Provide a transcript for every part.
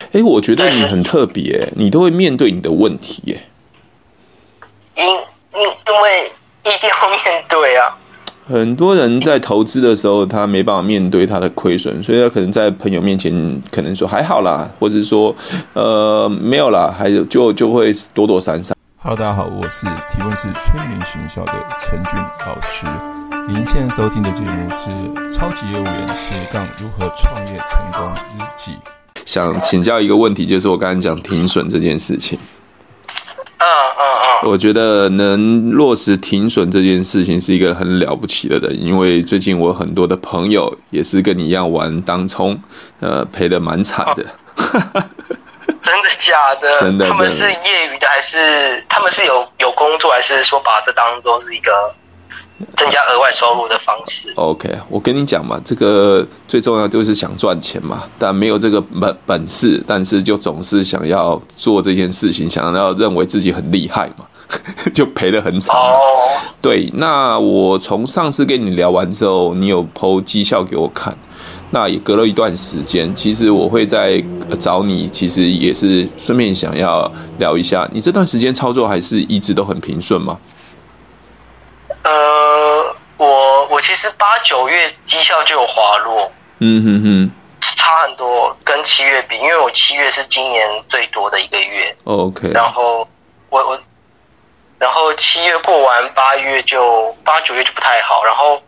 我觉得你很特别，你都会面对你的问题耶。 因为一定要面对啊。 很多人在投资的时候，他没办法面对他的亏损，所以他可能在朋友面前可能说还好啦，或者说没有啦，还有就会躲躲闪闪。 Hello， 大家好，我是提问式催眠学校的陈俊老师。您现在收听的节目是《超级业务员斜杠如何创业成功日记》。 想请教一个问题，就是我刚才讲停损这件事情。我觉得能落实停损这件事情是一个很了不起的人，因为最近我很多的朋友也是跟你一样玩当冲，赔得蛮惨的。 真的假的？ 真的。 他们是业余的，还是他们是有工作，还是说把这当作是一个增加额外收入的方式 ？OK， 我跟你讲嘛，这个最重要就是想赚钱嘛，但没有这个本事，但是就总是想要做这件事情，想要认为自己很厉害嘛，就赔得很惨。对，那我从上次跟你聊完之后，你有 po 绩效给我看。那也隔了一段时间，其实我会在找你，其实也是顺便想要聊一下，你这段时间操作还是一直都很平顺吗？ 我其实8、9月绩效就有滑落，差很多，跟7月比，因为我7月是今年最多的一个月。OK。然后然后7月过完，8、9月就不太好，然后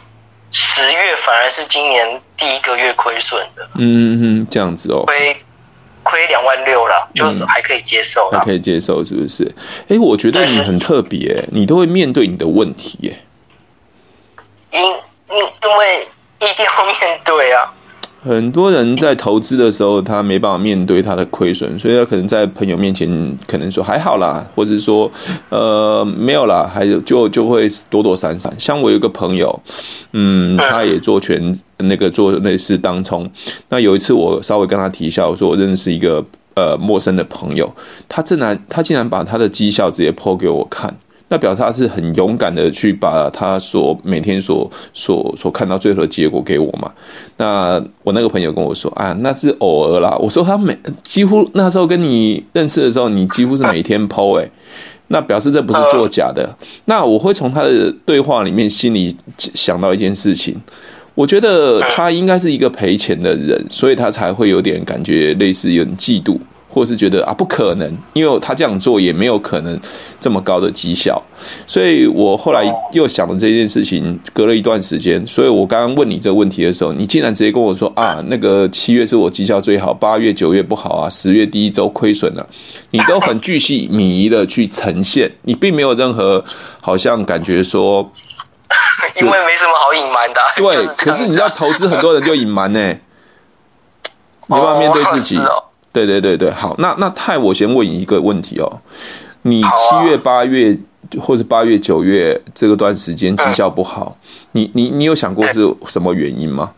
10月反而是今年第一个月亏损的。 这样子哦。 亏26000啦，就是还可以接受啦。 还可以接受是不是？我觉得你很特别，你都会面对你的问题耶。 因为一定要面对啊。 很多人在投资的时候，他没办法面对他的亏损，所以他可能在朋友面前可能说还好啦，或者说没有啦，还有就会躲躲闪闪。像我有一个朋友，他也做做类似当冲。那有一次我稍微跟他提一下，我说我认识一个陌生的朋友，他竟然把他的绩效直接 po 给我看。那表示他是很勇敢的去把他每天所看到最后的结果给我嘛。那我那个朋友跟我说啊，那是偶尔啦。我说他几乎那时候跟你认识的时候，你几乎是每天 po 那表示这不是作假的。那我会从他的对话里面心里想到一件事情，我觉得他应该是一个赔钱的人，所以他才会有点感觉类似有点嫉妒。或是觉得不可能，因为他这样做也没有可能这么高的绩效，所以我后来又想了这件事情，隔了一段时间，所以我刚刚问你这个问题的时候，你竟然直接跟我说那个7月是我绩效最好，8月、9月不好啊，10月第一周亏损了，你都很巨细靡遗的去呈现，你并没有任何好像感觉说， 因为没什么好隐瞒的。 对，可是你知道投资很多人就隐瞒没办法面对自己。对，好，那泰，我先问你一个问题哦，你7月、8月或者8月、9月这段时间绩效不好，你有想过是什么原因吗？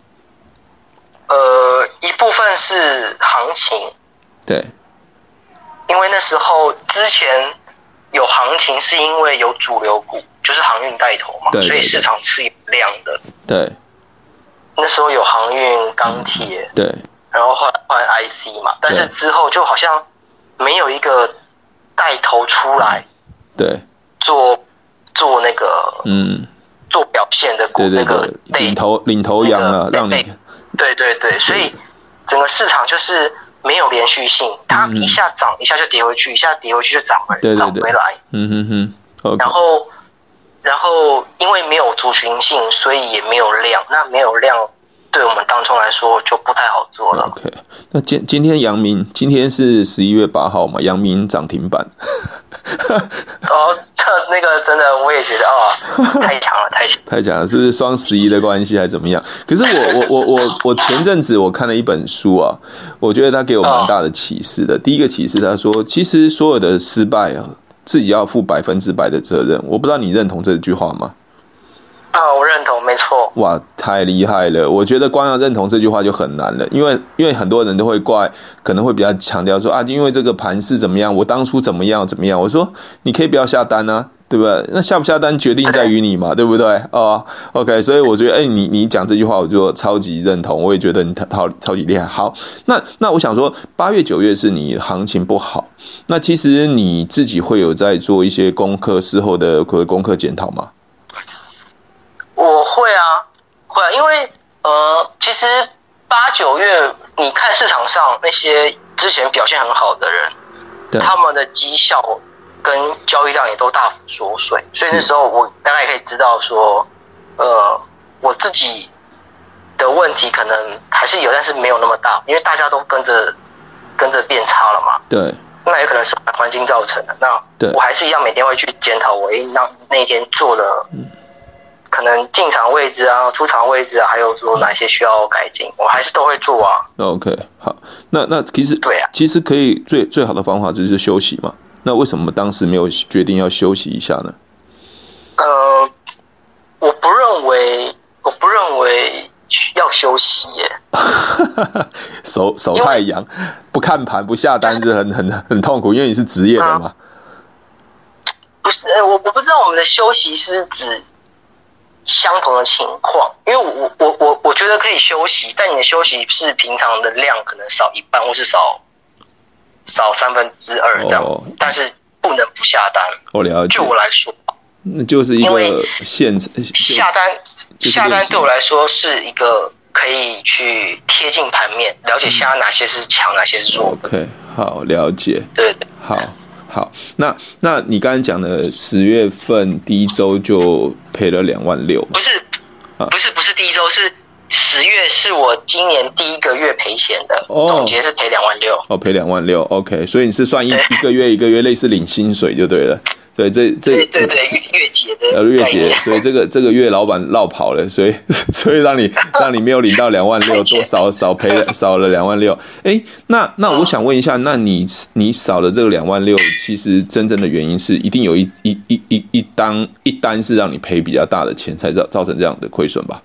一部分是行情，对，因为那时候之前有行情，是因为有主流股，就是航运带头嘛，所以市场是有量的，对，那时候有航运、钢铁，对。然后换 IC 嘛，但是之后就好像没有一个带头出来，对，做那个做表现的股，那个领头羊了，让你对，所以整个市场就是没有连续性，它一下涨一下就跌回去，一下跌回去就涨回来，然后因为没有族群性，所以也没有量，那没有量。对我们当冲来说就不太好做了。 OK， 那今天阳明，今天是11月8号嘛，阳明涨停板。 那个真的我也觉得太强了， 太强了，是不是双11的关系还是怎么样？可是我前阵子我看了一本书啊，我觉得他给我蛮大的启示的。第一个启示，他说其实所有的失败自己要负100%的责任。我不知道你认同这句话吗？ 我认同，没错。 哇，太厉害了！我觉得光要认同这句话就很难了，因为很多人都会可能会比较强调说因为这个盘势怎么样，我当初怎么样。我说你可以不要下单啊， 对不对？那下不下单决定在于你嘛，对不对？哦 ，OK， 所以我觉得，你讲这句话，我就超级认同，我也觉得你超级厉害。好，那我想说，8月9月是你行情不好，那其实你自己会有在做一些功课，事后的功课检讨吗？ 我会啊，因为其实8、9月，你看市场上那些之前表现很好的人，他们的绩效跟交易量也都大幅缩水，所以那时候我大概可以知道说，我自己的问题可能还是有，但是没有那么大，因为大家都跟着变差了嘛。对，那也可能是环境造成的。那我还是一样每天会去检讨我那一天做了，可能进场位置啊、出场位置啊，还有说哪些需要改进，我还是都会做啊。 OK， 好，那其实对啊，其实可以最好的方法就是休息嘛。那为什么当时没有决定要休息一下呢？ 我不认为要休息耶。 守太阳，不看盘不下单是很痛苦，因为你是职业的嘛。 不是，我不知道我们的休息是不是指相同的情况，因为我觉得可以休息，但你的休息是平常的量可能少一半，或是少2/3这样子，但是不能不下单。我了解。就我来说， 那就是一个限制。 下单对我来说是一个可以去贴近盘面，了解下哪些是强，哪些是弱。 OK， 好，了解。 对， 好，那你刚才讲的10月份第一周就赔了2.6万。 不是第一周，是10月是我今年第一个月赔钱的，总结是赔2.6万。赔2.6万 ，OK， 所以你是算一个月类似领薪水就对了。对，这月结的月结，所以这个月老板落跑了，所以让你没有领到2.6万，多少赔了少了2.6万。那我想问一下，那你少了这个2.6万，其实真正的原因是一定有一单是让你赔比较大的钱，才造成这样的亏损吧？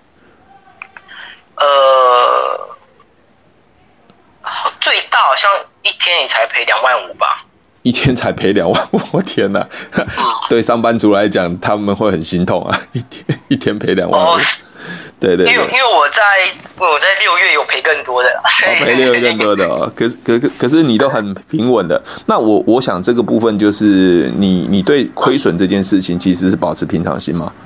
最大好像一天也才赔2.5万吧。 一天才赔2.5万，我天哪！对上班族来讲，他们会很心痛啊！一天赔2.5万。对，因为我在6月有赔更多的， 赔6月更多的哦。可是你都很平稳的。那我想这个部分就是你对亏损这件事情其实是保持平常心吗？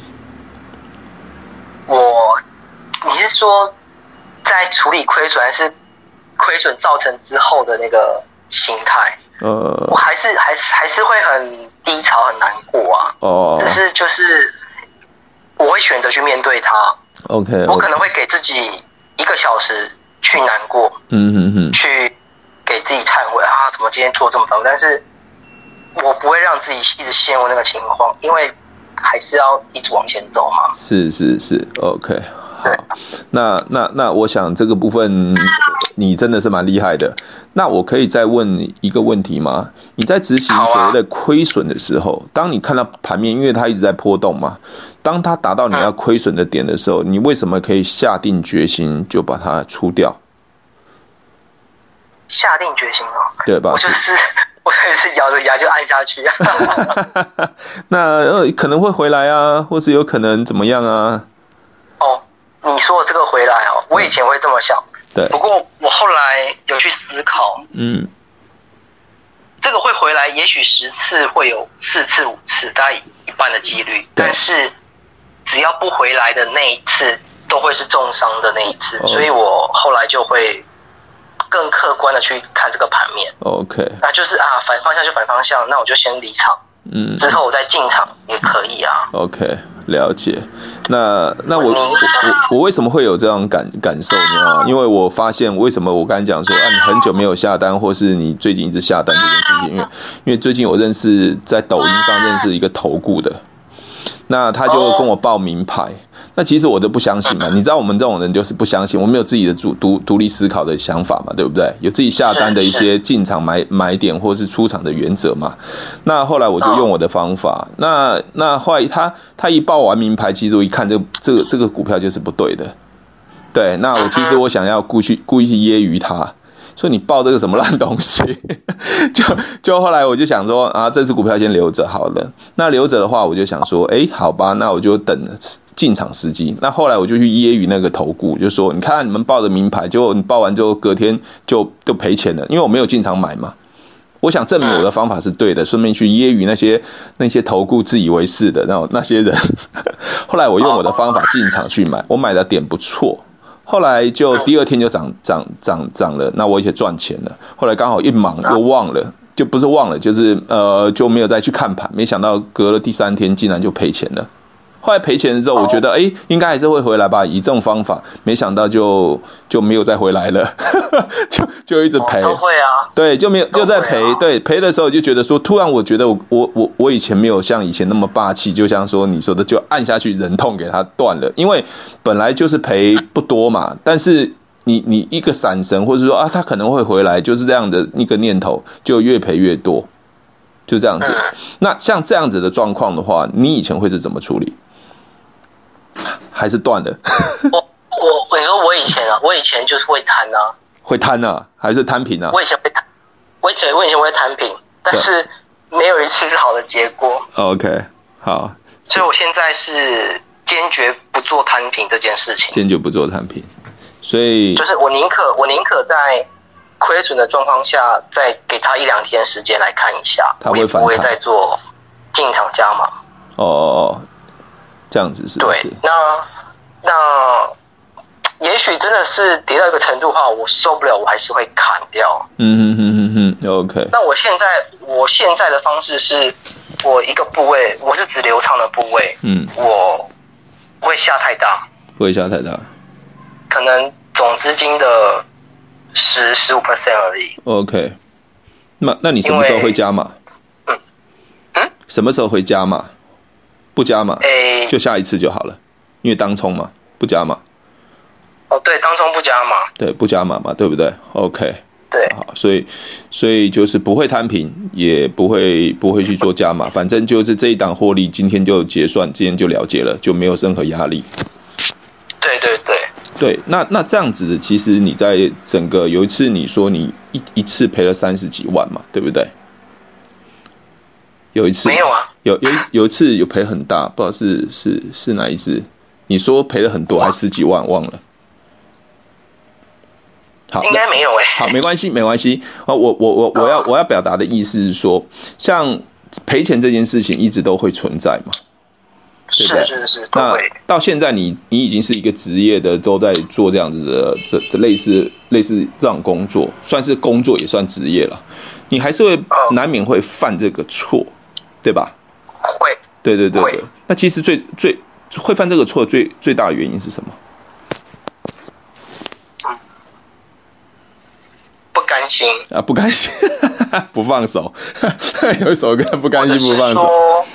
你是说在处理亏损，还是亏损造成之后的那个心态？我还是会很低潮很难过啊。只是就是我会选择去面对它。OK， 我可能会给自己1个小时去难过，去给自己忏悔啊，怎么今天做这么糟？但是我不会让自己一直陷入那个情况，因为还是要一直往前走嘛。是 ，OK。好，那我想这个部分你真的是蛮厉害的。那我可以再问你一个问题吗？你在执行所谓的亏损的时候，当你看到盘面，因为它一直在波动嘛，当它达到你要亏损的点的时候，你为什么可以下定决心就把它出掉？ 下定决心哦， 对吧？ 我也是咬着牙就按下去啊。 那可能会回来啊，或是有可能怎么样啊？ 你说的这个回来哦，我以前会这么想，对。不过我后来有去思考，这个会回来，也许10次会有4次、5次，大概一半的几率。但是只要不回来的那一次，都会是重伤的那一次。所以我后来就会更客观的去看这个盘面。OK， 那就是反方向就反方向，那我就先离场，之后我再进场也可以啊。 OK。了解，那我为什么会有这样感受呢？因为我发现为什么我刚才讲说你很久没有下单，或是你最近一直下单这件事情，因为最近我在抖音上认识一个投顾的，那他就跟我报名牌。那其实我都不相信嘛，你知道我们这种人就是不相信，我们有自己的独立思考的想法嘛，对不对？有自己下单的一些进场买点或是出场的原则嘛。那后来我就用我的方法，那后来他一报完名牌，其实我一看这个股票就是不对的，对。那我其实我想要故意揶揄他。 说你报这个什么烂东西，就后来我就想说啊，这只股票先留着好了。那留着的话，我就想说，好吧，那我就等进场时机。那后来我就去揶揄那个投顾，就说你看你们报的名牌，结果你报完之后隔天就赔钱了，因为我没有进场买嘛。我想证明我的方法是对的，顺便去揶揄那些投顾自以为是的那些人。后来我用我的方法进场去买，我买的点不错。后来就第二天就涨了，那我也赚钱了。后来刚好一忙又忘了，就不是忘了，就是就没有再去看盘。没想到隔了第3天竟然就赔钱了。后来赔钱了之后，我觉得应该还是会回来吧，以这种方法，没想到就没有再回来了，就一直赔。 都会啊， 对，就没有就在赔。对，赔的时候就觉得说，突然我觉得我以前没有像以前那么霸气，就像说你说的，就按下去忍痛给它断了，因为本来就是赔不多嘛，但是你一个闪神，或者说他可能会回来，就是这样的一个念头，就越赔越多，就这样子。那像这样子的状况的话，你以前会是怎么处理？还是断了？ 你说我以前就是会贪啊， 会贪啊，还是摊平啊？ 我以前会贪，我以前会摊平，但是没有一次是好的结果。 OK， 好， 所以我现在是坚决不做摊平这件事情， 坚决不做摊平，所以就是我宁可在亏损的状况下，再给他1-2天时间来看一下， 他会反弹， 我也不会再做进场加码。 这样子是不是？ 对，那也许真的是跌到一个程度的话，我受不了，我还是会砍掉。 OK。 那我现在的方式是，我一个部位，我是只留仓的部位，我不会下太大， 不会下太大， 可能总资金的10-15% 而已。 OK。那你什么时候会加码？什么时候会加码？不加码，就下一次就好了，因为当冲嘛，不加码。 对，当冲不加码。对， 不加码嘛，对不对 ？OK。 对， 好，所以就是不会摊平，也不会去做加码，反正就是这一档获利，今天就结算，今天就了结了，就没有任何压力。对，那这样子，其实你在整个有一次你说你一次赔了30几万嘛，对不对？有一次没有啊？ 有一次有赔很大，不知道是哪一次？你说赔了很多，还10几万，忘了。好， 应该没有好，没关系。我要表达的意思是说，像赔钱这件事情一直都会存在嘛，对不对？ 是。 那到现在你已经是一个职业的，都在做这样子的类似这种工作，算是工作也算职业了。你还是会难免会犯这个错，对吧？ 会。 对。那其实最会犯这个错最大的原因是什么？ 不甘心啊，不甘心，不放手。有一首歌，不甘心不放手。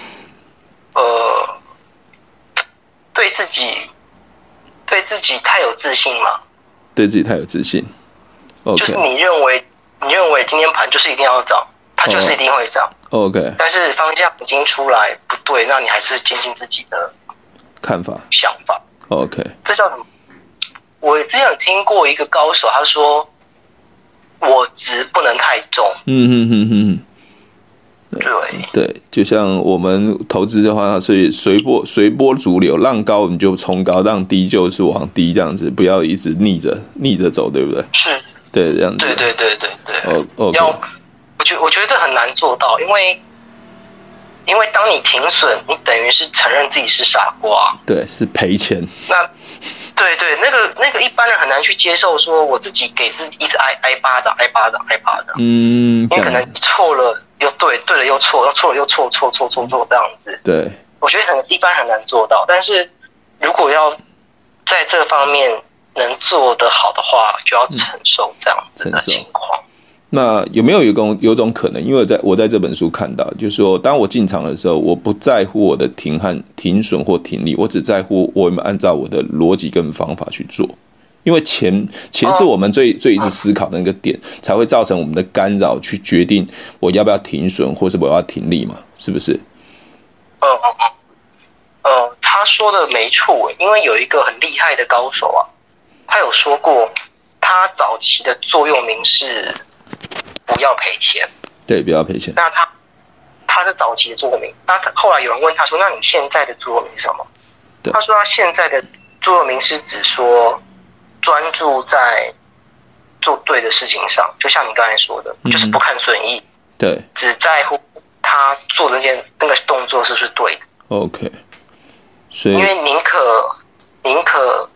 对自己太有自信嘛？ 对自己太有自信。Okay. 就是你认为今天盘就是一定要涨，它就是一定会涨。 OK。 但是方向已经出来不对，那你还是坚信自己的看法、 想法。 OK。 这叫什么？我之前有听过一个高手，他说。我值不能太重。 对，就像我们投资的话，所以随波逐流，浪高你就冲高，浪低就是往低，这样子，不要一直逆着走，对不对？ 是， 对，这样子。 对。 OK。 我觉得这很难做到，因为当你停损，你等于是承认自己是傻瓜。 对，是赔钱。 对，那个一般人很难去接受，说我自己给自己一直挨巴掌。因为可能错了又对，对了又错，错了又错这样子。 对， 我觉得一般很难做到，但是如果要在这方面能做得好的话，就要承受这样子的情况。 那有没有种可能？因为我在这本书看到，就是说，当我进场的时候，我不在乎我的停损或停利，我只在乎我有没有按照我的逻辑跟方法去做。因为钱是我们最一直思考的那个点，才会造成我们的干扰，去决定我要不要停损，或是我要停利嘛？是不是？ 他说的没错，因为有一个很厉害的高手啊，他有说过。 它早期的座右铭是不要赔钱， 对，不要赔钱。 那他是早期的座右铭，那后来有人问他说：“那你现在的座右铭是什么？”他说他现在的座右铭是指说专注在做对的事情上，就像你刚才说的，就是不看损益， 对， 只在乎他做的那个动作是不是对的。 OK， 所以因为宁可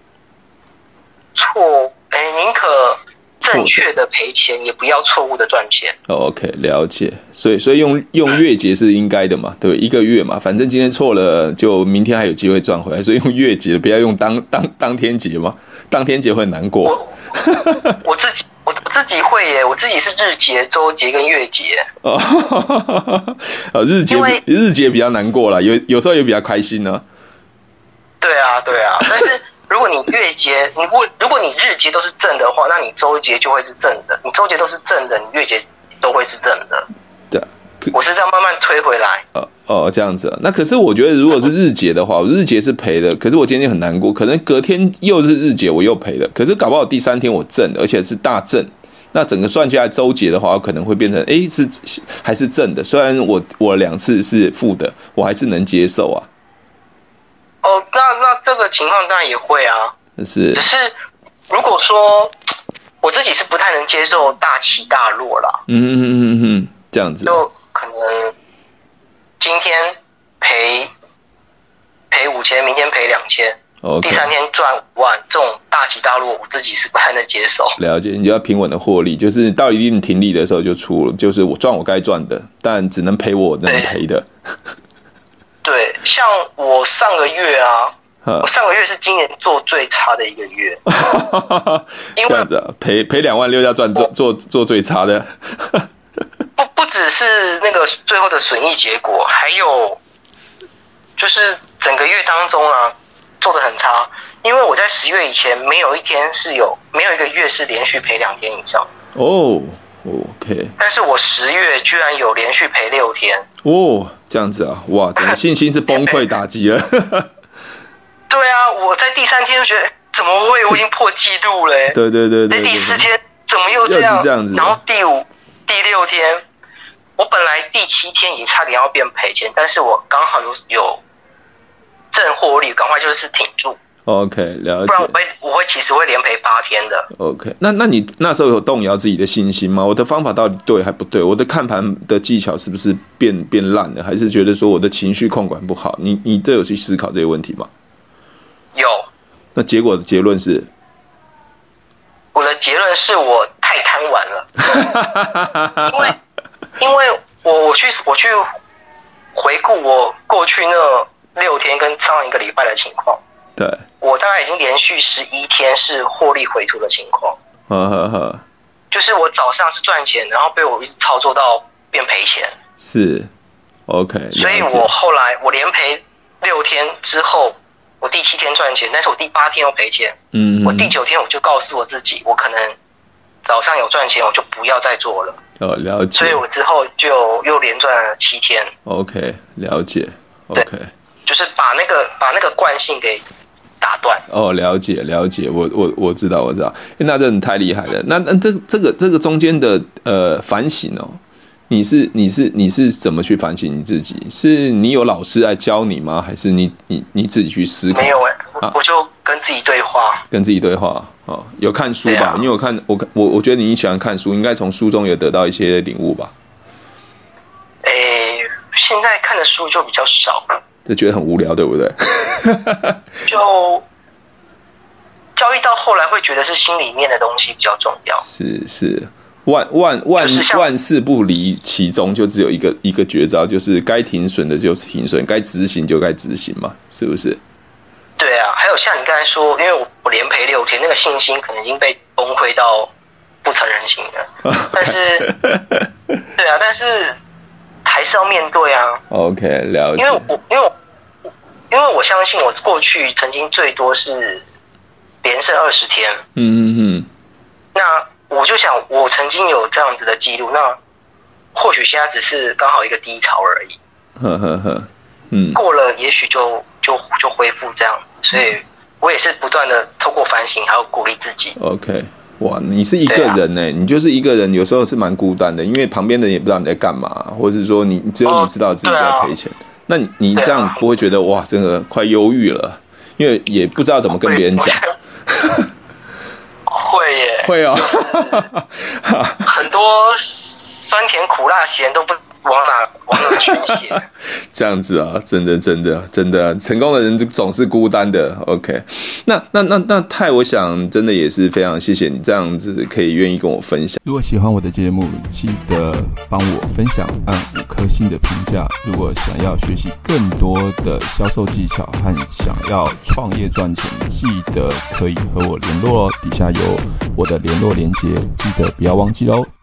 正确的赔钱，也不要错误的赚钱。 OK， 了解。所以用月结是应该的嘛，对，一个月嘛，反正今天错了，就明天还有机会赚回来，所以用月结，不要用当天结嘛，当天结会很难过。 我自己会耶，我自己是日结、周结跟月结。 日结比较难过啦，有时候也比较开心呢。 对啊，但是如果你月结，如果你日结都是正的话，那你周结就会是正的；你周结都是正的，你月结都会是正的。对，我是这样慢慢推回来。 这样子啊。那可是我觉得，如果是日结的话，我日结是赔的，可是我今天很难过，可能隔天又是日结，我又赔了。可是搞不好第3天我正，而且是大正，那整个算下来周结的话，可能会变成还是正的。虽然我2次是负的，我还是能接受啊。 那这个情况当然也会啊，只是如果说我自己是不太能接受大起大落啦， 这样子就可能今天赔5000，明天赔2000，第3天赚5万，这种大起大落我自己是不太能接受。 了解，你就要平稳的获利，就是到一定停利的时候就出了，就是我赚我该赚的，但只能赔我能赔的。 对，像我上个月是今年做最差的一个月，因为这样子啊，赔2万6要赚做最差的， 不只是那个最后的损益结果，还有就是整个月当中啊做得很差，因为我在10月以前没有一个月是连续赔2天以上。 OK， 但是我10月居然有连续赔6天。 这样子啊，哇，整个信心是崩溃打击了。 对啊，我在第3天就觉得怎么会，我已经破纪录了。 对。 在第4天怎么又这样子？然后第5、第6天，我本来第7天也差点要变赔钱，但是我刚好有正获利，赶快就是挺住。 OK， 了解。 不然我其实会连赔8天的。 OK， 那你那时候有动摇自己的信心吗？我的方法到底对还不对？我的看盘的技巧是不是变烂了？还是觉得说我的情绪控管不好？你都有去思考这些问题吗？ 有。 那结论是？ 我的结论是我太贪玩了。因为我去回顾我过去那6天跟上1个礼拜的情况。 对， 我大概已经连续11天是获利回吐的情况。就是我早上是赚钱，然后被我一直操作到变赔钱。 是 OK， 所以我后来我连赔6天之后，我第7天赚钱，但是我第8天又赔钱。我第9天我就告诉我自己，我可能早上有赚钱，我就不要再做了。 了解。 所以我之后就又连赚了7天。 OK， 了解。OK， 就是把那个惯性给打断。 了解，我知道，那真的太厉害了。那这个中间的反省哦，你是怎么去反省你自己？是你有老师来教你吗？还是你自己去思考？ 没有我就跟自己对话。跟自己对话有看书吧？你有看我觉得你喜欢看书，应该从书中有得到一些领悟吧？ 现在看的书就比较少。 就觉得很无聊，对不对？ 就交易到后来会觉得是心里面的东西比较重要。 是，万事不离其中，就只有一个绝招，就是该停损的就是停损，该执行就该执行嘛，是不是？ 对啊，还有像你刚才说，因为我连赔6天，那个信心可能已经被崩溃到不成人形了。但是，对啊，但是还是要面对啊。 OK， 了解。 因为我相信我过去曾经最多是连胜20天。那我就想，我曾经有这样子的记录，那或许现在只是刚好一个低潮而已。过了也许就恢复这样子，所以我也是不断的透过反省还有鼓励自己。 OK， 哇，你是一个人欸，你就是一个人，有时候是蛮孤单的，因为旁边的人也不知道你在干嘛，或者是说只有你知道自己在赔钱。那你这样不会觉得哇，真的快忧郁了？因为也不知道怎么跟别人讲。 会耶， 会哦， 很多酸甜苦辣咸都不往哪宣泄。 这样子啊，真的，成功的人总是孤单的。OK， 那泰，我想真的也是非常谢谢你这样子可以愿意跟我分享。 如果喜欢我的节目，记得帮我分享，按5颗星的评价。如果想要学习更多的销售技巧和想要创业赚钱，记得可以和我联络哦，底下有我的联络连结，记得不要忘记哦。